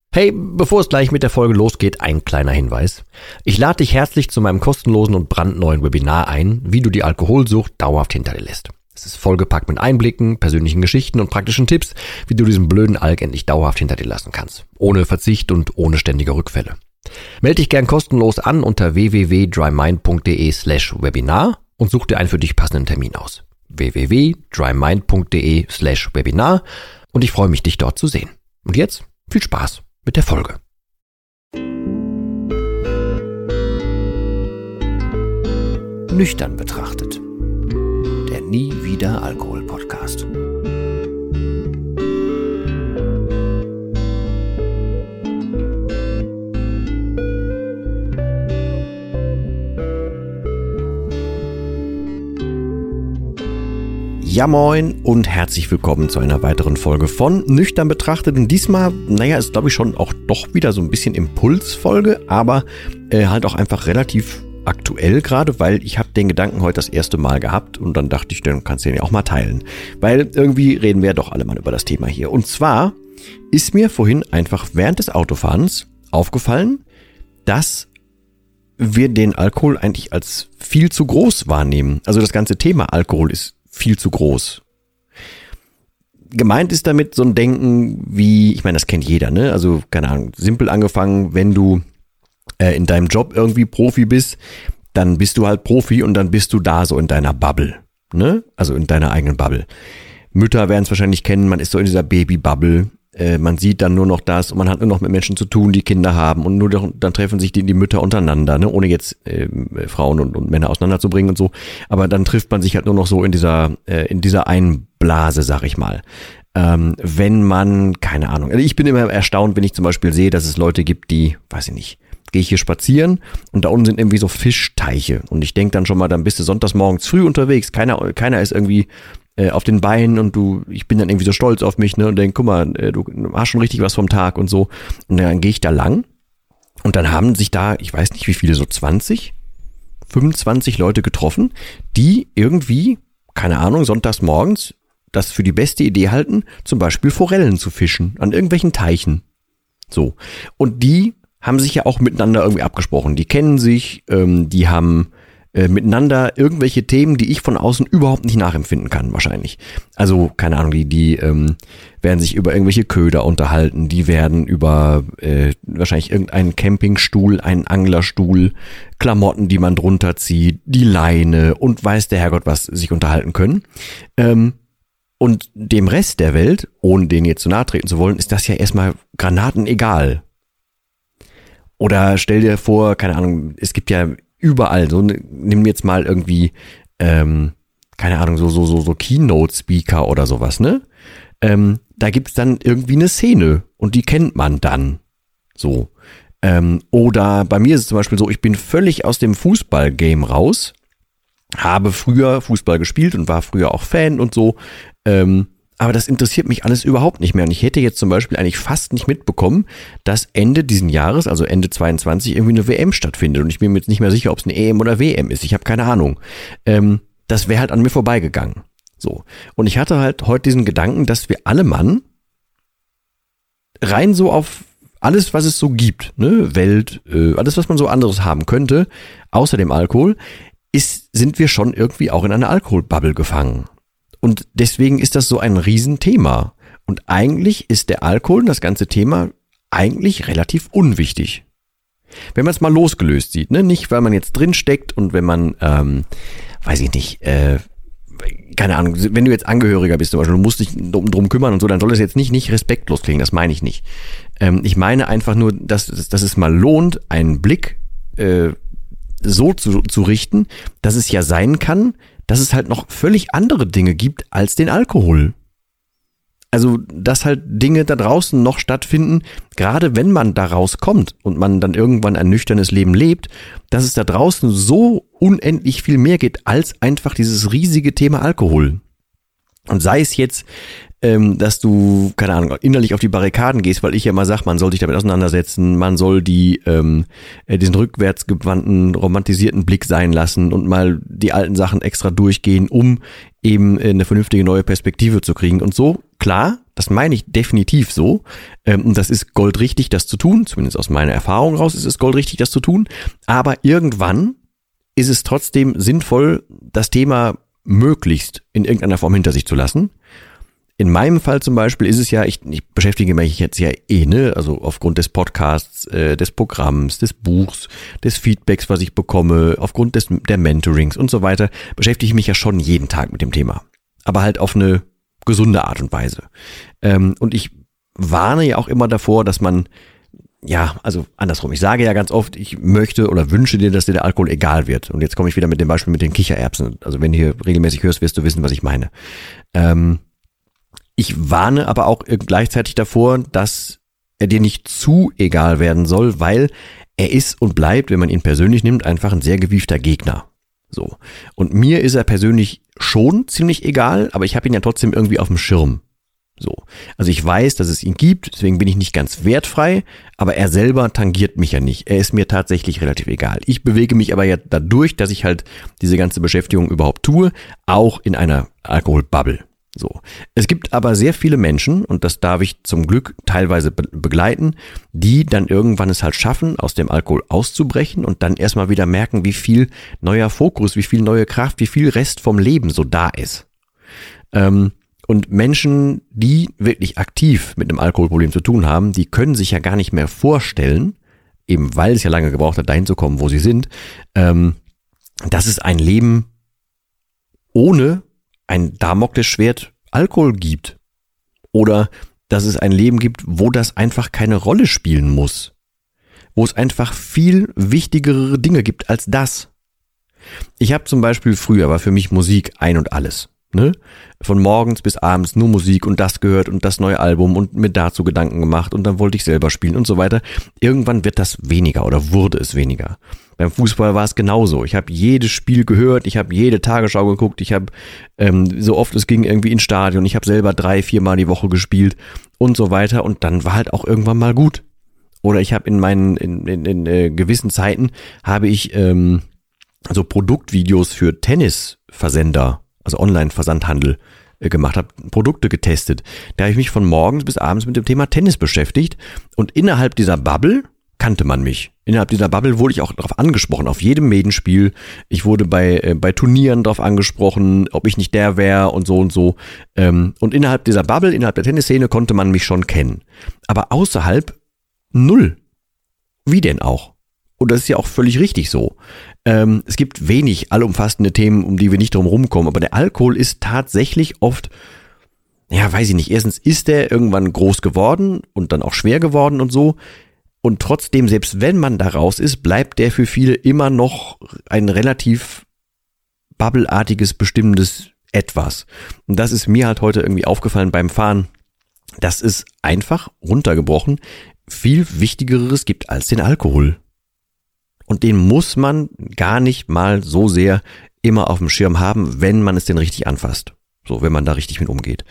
Hey, bevor es gleich mit der Folge losgeht, ein kleiner Hinweis. Ich lade dich herzlich zu meinem kostenlosen und brandneuen Webinar ein, wie du die Alkoholsucht dauerhaft hinter dir lässt. Es ist vollgepackt mit Einblicken, persönlichen Geschichten und praktischen Tipps, wie du diesen blöden Alk endlich dauerhaft hinter dir lassen kannst. Ohne Verzicht und ohne ständige Rückfälle. Melde dich gern kostenlos an unter www.drymind.de/Webinar und such dir einen für dich passenden Termin aus. www.drymind.de/Webinar und ich freue mich, dich dort zu sehen. Und jetzt viel Spaß mit der Folge. Nüchtern betrachtet. Der Nie wieder Alkohol Podcast. Ja moin und herzlich willkommen zu einer weiteren Folge von Nüchtern betrachtet. Und diesmal, ist glaube ich schon auch doch wieder so ein bisschen Impulsfolge, aber halt auch einfach relativ aktuell gerade, weil ich habe den Gedanken heute das erste Mal gehabt und dann dachte ich, dann kannst du den ja auch mal teilen. Weil irgendwie reden wir ja doch alle mal über das Thema hier. Und zwar ist mir vorhin einfach während des Autofahrens aufgefallen, dass wir den Alkohol eigentlich als viel zu groß wahrnehmen. Also das ganze Thema Alkohol ist viel zu groß. Gemeint ist damit so ein Denken wie, ich meine, das kennt jeder, ne? Also, keine Ahnung, simpel angefangen, wenn du in deinem Job irgendwie Profi bist, dann bist du halt Profi und dann bist du da so in deiner Bubble, ne? Also in deiner eigenen Bubble. Mütter werden es wahrscheinlich kennen, man ist so in dieser Baby-Bubble. Man sieht dann nur noch das und man hat nur noch mit Menschen zu tun, die Kinder haben und nur dann treffen sich die Mütter untereinander, ne? Ohne jetzt Frauen und Männer auseinanderzubringen und so. Aber dann trifft man sich halt nur noch so in dieser einen Blase, sag ich mal. Wenn man, keine Ahnung, also ich bin immer erstaunt, wenn ich zum Beispiel sehe, dass es Leute gibt, die, weiß ich nicht, gehe ich hier spazieren und da unten sind irgendwie so Fischteiche und ich denke dann schon mal, dann bist du sonntags morgens früh unterwegs, keiner ist irgendwie auf den Beinen und ich bin dann irgendwie so stolz auf mich, ne, und denke, guck mal, du hast schon richtig was vom Tag und so. Und dann gehe ich da lang und dann haben sich da, ich weiß nicht wie viele, so 20, 25 Leute getroffen, die irgendwie, keine Ahnung, sonntags morgens das für die beste Idee halten, zum Beispiel Forellen zu fischen an irgendwelchen Teichen. So. Und die haben sich ja auch miteinander irgendwie abgesprochen. Die kennen sich, die haben miteinander irgendwelche Themen, die ich von außen überhaupt nicht nachempfinden kann, wahrscheinlich. Also, keine Ahnung, die werden sich über irgendwelche Köder unterhalten, die werden über wahrscheinlich irgendeinen Campingstuhl, einen Anglerstuhl, Klamotten, die man drunter zieht, die Leine und weiß der Herrgott was sich unterhalten können. Und dem Rest der Welt, ohne denen jetzt zu nahe treten zu wollen, ist das ja erstmal granatenegal. Oder stell dir vor, keine Ahnung, es gibt ja überall, so nimm jetzt mal irgendwie, keine Ahnung, so Keynote-Speaker oder sowas, ne? Da gibt's dann irgendwie eine Szene und die kennt man dann. So. Oder bei mir ist es zum Beispiel so, ich bin völlig aus dem Fußball-Game raus, habe früher Fußball gespielt und war früher auch Fan und so, aber das interessiert mich alles überhaupt nicht mehr. Und ich hätte jetzt zum Beispiel eigentlich fast nicht mitbekommen, dass Ende diesen Jahres, also Ende 22, irgendwie eine WM stattfindet. Und ich bin mir jetzt nicht mehr sicher, ob es eine EM oder WM ist. Ich habe keine Ahnung. Das wäre halt an mir vorbeigegangen. So. Und ich hatte halt heute diesen Gedanken, dass wir alle Mann rein so auf alles, was es so gibt, ne, Welt, alles, was man so anderes haben könnte, außer dem Alkohol, sind wir schon irgendwie auch in einer Alkoholbubble gefangen. Und deswegen ist das so ein Riesenthema. Und eigentlich ist der Alkohol, das ganze Thema, eigentlich relativ unwichtig. Wenn man es mal losgelöst sieht, ne? Nicht, weil man jetzt drin steckt und wenn man, weiß ich nicht, keine Ahnung, wenn du jetzt Angehöriger bist zum Beispiel, du musst dich drum kümmern und so, dann soll es jetzt nicht respektlos klingen, das meine ich nicht. Ich meine einfach nur, dass es mal lohnt, einen Blick so zu richten, dass es ja sein kann, dass es halt noch völlig andere Dinge gibt als den Alkohol. Also, dass halt Dinge da draußen noch stattfinden, gerade wenn man da rauskommt und man dann irgendwann ein nüchternes Leben lebt, dass es da draußen so unendlich viel mehr geht als einfach dieses riesige Thema Alkohol. Und sei es jetzt, dass du, keine Ahnung, innerlich auf die Barrikaden gehst, weil ich ja mal sag, man soll sich damit auseinandersetzen, man soll diesen rückwärtsgewandten, romantisierten Blick sein lassen und mal die alten Sachen extra durchgehen, um eben eine vernünftige neue Perspektive zu kriegen und so. Klar, Das meine ich definitiv so. Und das ist goldrichtig, das zu tun. Zumindest aus meiner Erfahrung raus ist es goldrichtig, das zu tun. Aber irgendwann ist es trotzdem sinnvoll, das Thema möglichst in irgendeiner Form hinter sich zu lassen. In meinem Fall zum Beispiel ist es ja, ich beschäftige mich jetzt ja also aufgrund des Podcasts, des Programms, des Buchs, des Feedbacks, was ich bekomme, aufgrund der Mentorings und so weiter, beschäftige ich mich ja schon jeden Tag mit dem Thema. Aber halt auf eine gesunde Art und Weise. Und ich warne ja auch immer davor, dass man, also andersrum, ich sage ja ganz oft, ich möchte oder wünsche dir, dass dir der Alkohol egal wird. Und jetzt komme ich wieder mit dem Beispiel mit den Kichererbsen. Also wenn du hier regelmäßig hörst, wirst du wissen, was ich meine. Ich warne aber auch gleichzeitig davor, dass er dir nicht zu egal werden soll, weil er ist und bleibt, wenn man ihn persönlich nimmt, einfach ein sehr gewiefter Gegner. So. Und mir ist er persönlich schon ziemlich egal, aber ich habe ihn ja trotzdem irgendwie auf dem Schirm. So. Also ich weiß, dass es ihn gibt, deswegen bin ich nicht ganz wertfrei, aber er selber tangiert mich ja nicht. Er ist mir tatsächlich relativ egal. Ich bewege mich aber ja dadurch, dass ich halt diese ganze Beschäftigung überhaupt tue, auch in einer Alkoholbubble. So. Es gibt aber sehr viele Menschen, und das darf ich zum Glück teilweise begleiten, die dann irgendwann es halt schaffen, aus dem Alkohol auszubrechen und dann erstmal wieder merken, wie viel neuer Fokus, wie viel neue Kraft, wie viel Rest vom Leben so da ist. Und Menschen, die wirklich aktiv mit einem Alkoholproblem zu tun haben, die können sich ja gar nicht mehr vorstellen, eben weil es ja lange gebraucht hat, dahin zu kommen, wo sie sind, dass es ein Leben ohne ein Damoklesschwert Alkohol gibt. Oder dass es ein Leben gibt, wo das einfach keine Rolle spielen muss. Wo es einfach viel wichtigere Dinge gibt als das. Ich habe zum Beispiel früher, war für mich Musik ein und alles. Ne? Von morgens bis abends nur Musik und das gehört und das neue Album und mir dazu Gedanken gemacht und dann wollte ich selber spielen und so weiter. Irgendwann wird das weniger oder wurde es weniger. Beim Fußball war es genauso. Ich habe jedes Spiel gehört, ich habe jede Tagesschau geguckt, ich habe so oft es ging irgendwie ins Stadion, ich habe selber 3-4 Mal die Woche gespielt und so weiter und dann war halt auch irgendwann mal gut. Oder ich habe in gewissen Zeiten habe ich so Produktvideos für Tennisversender, also Online-Versandhandel gemacht, habe Produkte getestet. Da habe ich mich von morgens bis abends mit dem Thema Tennis beschäftigt und innerhalb dieser Bubble kannte man mich. Innerhalb dieser Bubble wurde ich auch darauf angesprochen, auf jedem Medenspiel. Ich wurde bei Turnieren darauf angesprochen, ob ich nicht der wäre und so und so. Und innerhalb dieser Bubble, innerhalb der Tennisszene konnte man mich schon kennen. Aber außerhalb null. Wie denn auch? Und das ist ja auch völlig richtig so. Es gibt wenig allumfassende Themen, um die wir nicht drum rumkommen. Aber der Alkohol ist tatsächlich oft, weiß ich nicht, erstens ist der irgendwann groß geworden und dann auch schwer geworden und so. Und trotzdem, selbst wenn man da raus ist, bleibt der für viele immer noch ein relativ bubbleartiges, bestimmendes Etwas. Und das ist mir halt heute irgendwie aufgefallen beim Fahren, dass es einfach runtergebrochen viel Wichtigeres gibt als den Alkohol. Und den muss man gar nicht mal so sehr immer auf dem Schirm haben, wenn man es denn richtig anfasst. So, wenn man da richtig mit umgeht.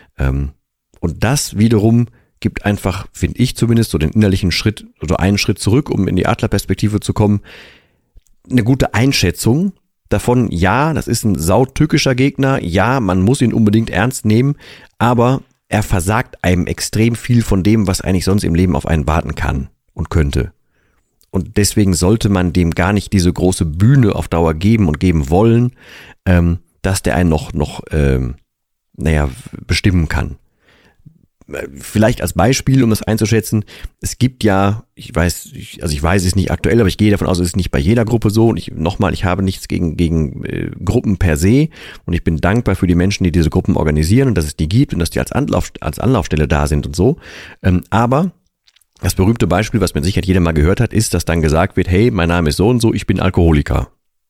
Und das wiederum gibt einfach, finde ich zumindest, so den innerlichen Schritt oder einen Schritt zurück, um in die Adlerperspektive zu kommen, eine gute Einschätzung davon, ja, das ist ein sautückischer Gegner, ja, man muss ihn unbedingt ernst nehmen, aber er versagt einem extrem viel von dem, was eigentlich sonst im Leben auf einen warten kann und könnte. Und deswegen sollte man dem gar nicht diese große Bühne auf Dauer geben und geben wollen, dass der einen noch bestimmen kann. Vielleicht als Beispiel, um das einzuschätzen, es gibt ja, ich weiß es nicht aktuell, aber ich gehe davon aus, es ist nicht bei jeder Gruppe so und ich habe nichts gegen Gruppen per se und ich bin dankbar für die Menschen, die diese Gruppen organisieren und dass es die gibt und dass die als Anlaufstelle da sind und so, aber das berühmte Beispiel, was mit Sicherheit jeder mal gehört hat, ist, dass dann gesagt wird, hey, mein Name ist so und so, ich bin Alkoholiker.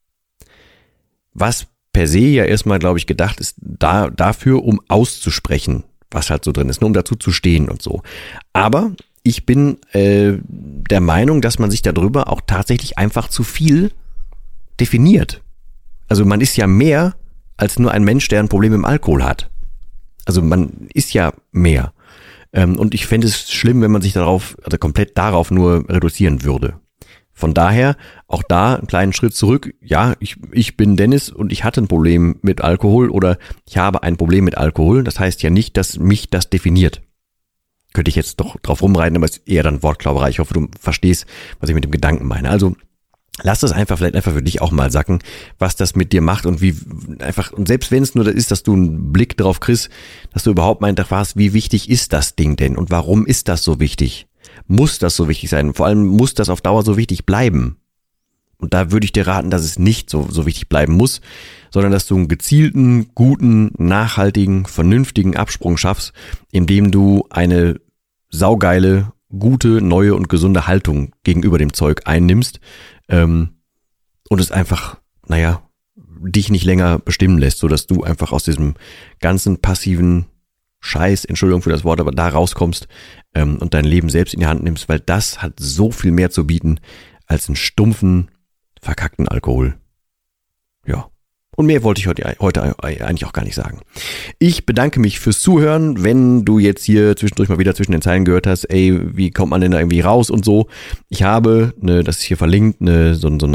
Was per se ja erstmal, glaube ich, gedacht ist, dafür, um auszusprechen, was halt so drin ist, nur um dazu zu stehen und so. Aber ich bin der Meinung, dass man sich darüber auch tatsächlich einfach zu viel definiert. Also man ist ja mehr als nur ein Mensch, der ein Problem mit dem Alkohol hat. Also man ist ja mehr. Und ich fände es schlimm, wenn man sich komplett darauf nur reduzieren würde. Von daher, auch da einen kleinen Schritt zurück. Ja, ich bin Dennis und ich hatte ein Problem mit Alkohol oder ich habe ein Problem mit Alkohol. Das heißt ja nicht, dass mich das definiert. Könnte ich jetzt doch drauf rumreiten, aber es ist eher dann Wortklauberei. Ich hoffe, du verstehst, was ich mit dem Gedanken meine. Also lass das vielleicht einfach für dich auch mal sacken, was das mit dir macht und wie einfach, und selbst wenn es nur das ist, dass du einen Blick drauf kriegst, dass du überhaupt mal hinterfragst, wie wichtig ist das Ding denn und warum ist das so wichtig? Muss das so wichtig sein? Vor allem muss das auf Dauer so wichtig bleiben. Und da würde ich dir raten, dass es nicht so wichtig bleiben muss, sondern dass du einen gezielten, guten, nachhaltigen, vernünftigen Absprung schaffst, indem du eine saugeile, gute, neue und gesunde Haltung gegenüber dem Zeug einnimmst und es einfach, dich nicht länger bestimmen lässt, sodass du einfach aus diesem ganzen passiven Scheiß, Entschuldigung für das Wort, aber da rauskommst und dein Leben selbst in die Hand nimmst, weil das hat so viel mehr zu bieten als einen stumpfen, verkackten Alkohol. Ja. Und mehr wollte ich heute eigentlich auch gar nicht sagen. Ich bedanke mich fürs Zuhören. Wenn du jetzt hier zwischendurch mal wieder zwischen den Zeilen gehört hast, wie kommt man denn da irgendwie raus und so. Ich habe, das ist hier verlinkt, so eine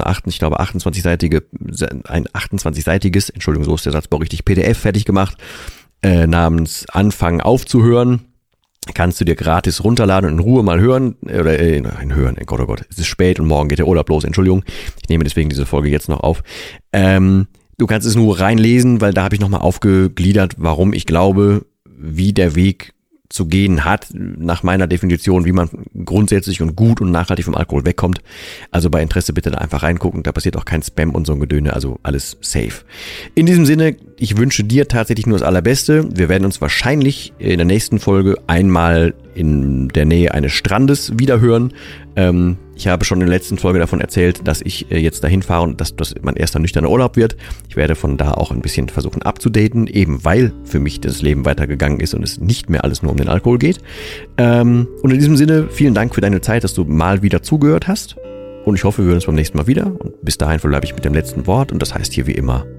28-seitiges, Entschuldigung, so ist der Satzbau richtig, PDF fertig gemacht, namens Anfangen aufzuhören. Kannst du dir gratis runterladen und in Ruhe mal hören, hören, oh Gott, es ist spät und morgen geht der Urlaub los, Entschuldigung, ich nehme deswegen diese Folge jetzt noch auf. Du kannst es nur reinlesen, weil da habe ich nochmal aufgegliedert, warum ich glaube, wie der Weg zu gehen hat, nach meiner Definition, wie man grundsätzlich und gut und nachhaltig vom Alkohol wegkommt. Also bei Interesse bitte da einfach reingucken, da passiert auch kein Spam und so ein Gedöne, also alles safe. In diesem Sinne, ich wünsche dir tatsächlich nur das Allerbeste. Wir werden uns wahrscheinlich in der nächsten Folge einmal in der Nähe eines Strandes wiederhören. Ich habe schon in der letzten Folge davon erzählt, dass ich jetzt dahin fahre und dass das mein erster nüchterner Urlaub wird. Ich werde von da auch ein bisschen versuchen abzudaten, eben weil für mich das Leben weitergegangen ist und es nicht mehr alles nur um den Alkohol geht. Und in diesem Sinne, vielen Dank für deine Zeit, dass du mal wieder zugehört hast. Und ich hoffe, wir hören uns beim nächsten Mal wieder. Und bis dahin verbleibe ich mit dem letzten Wort und das heißt hier wie immer: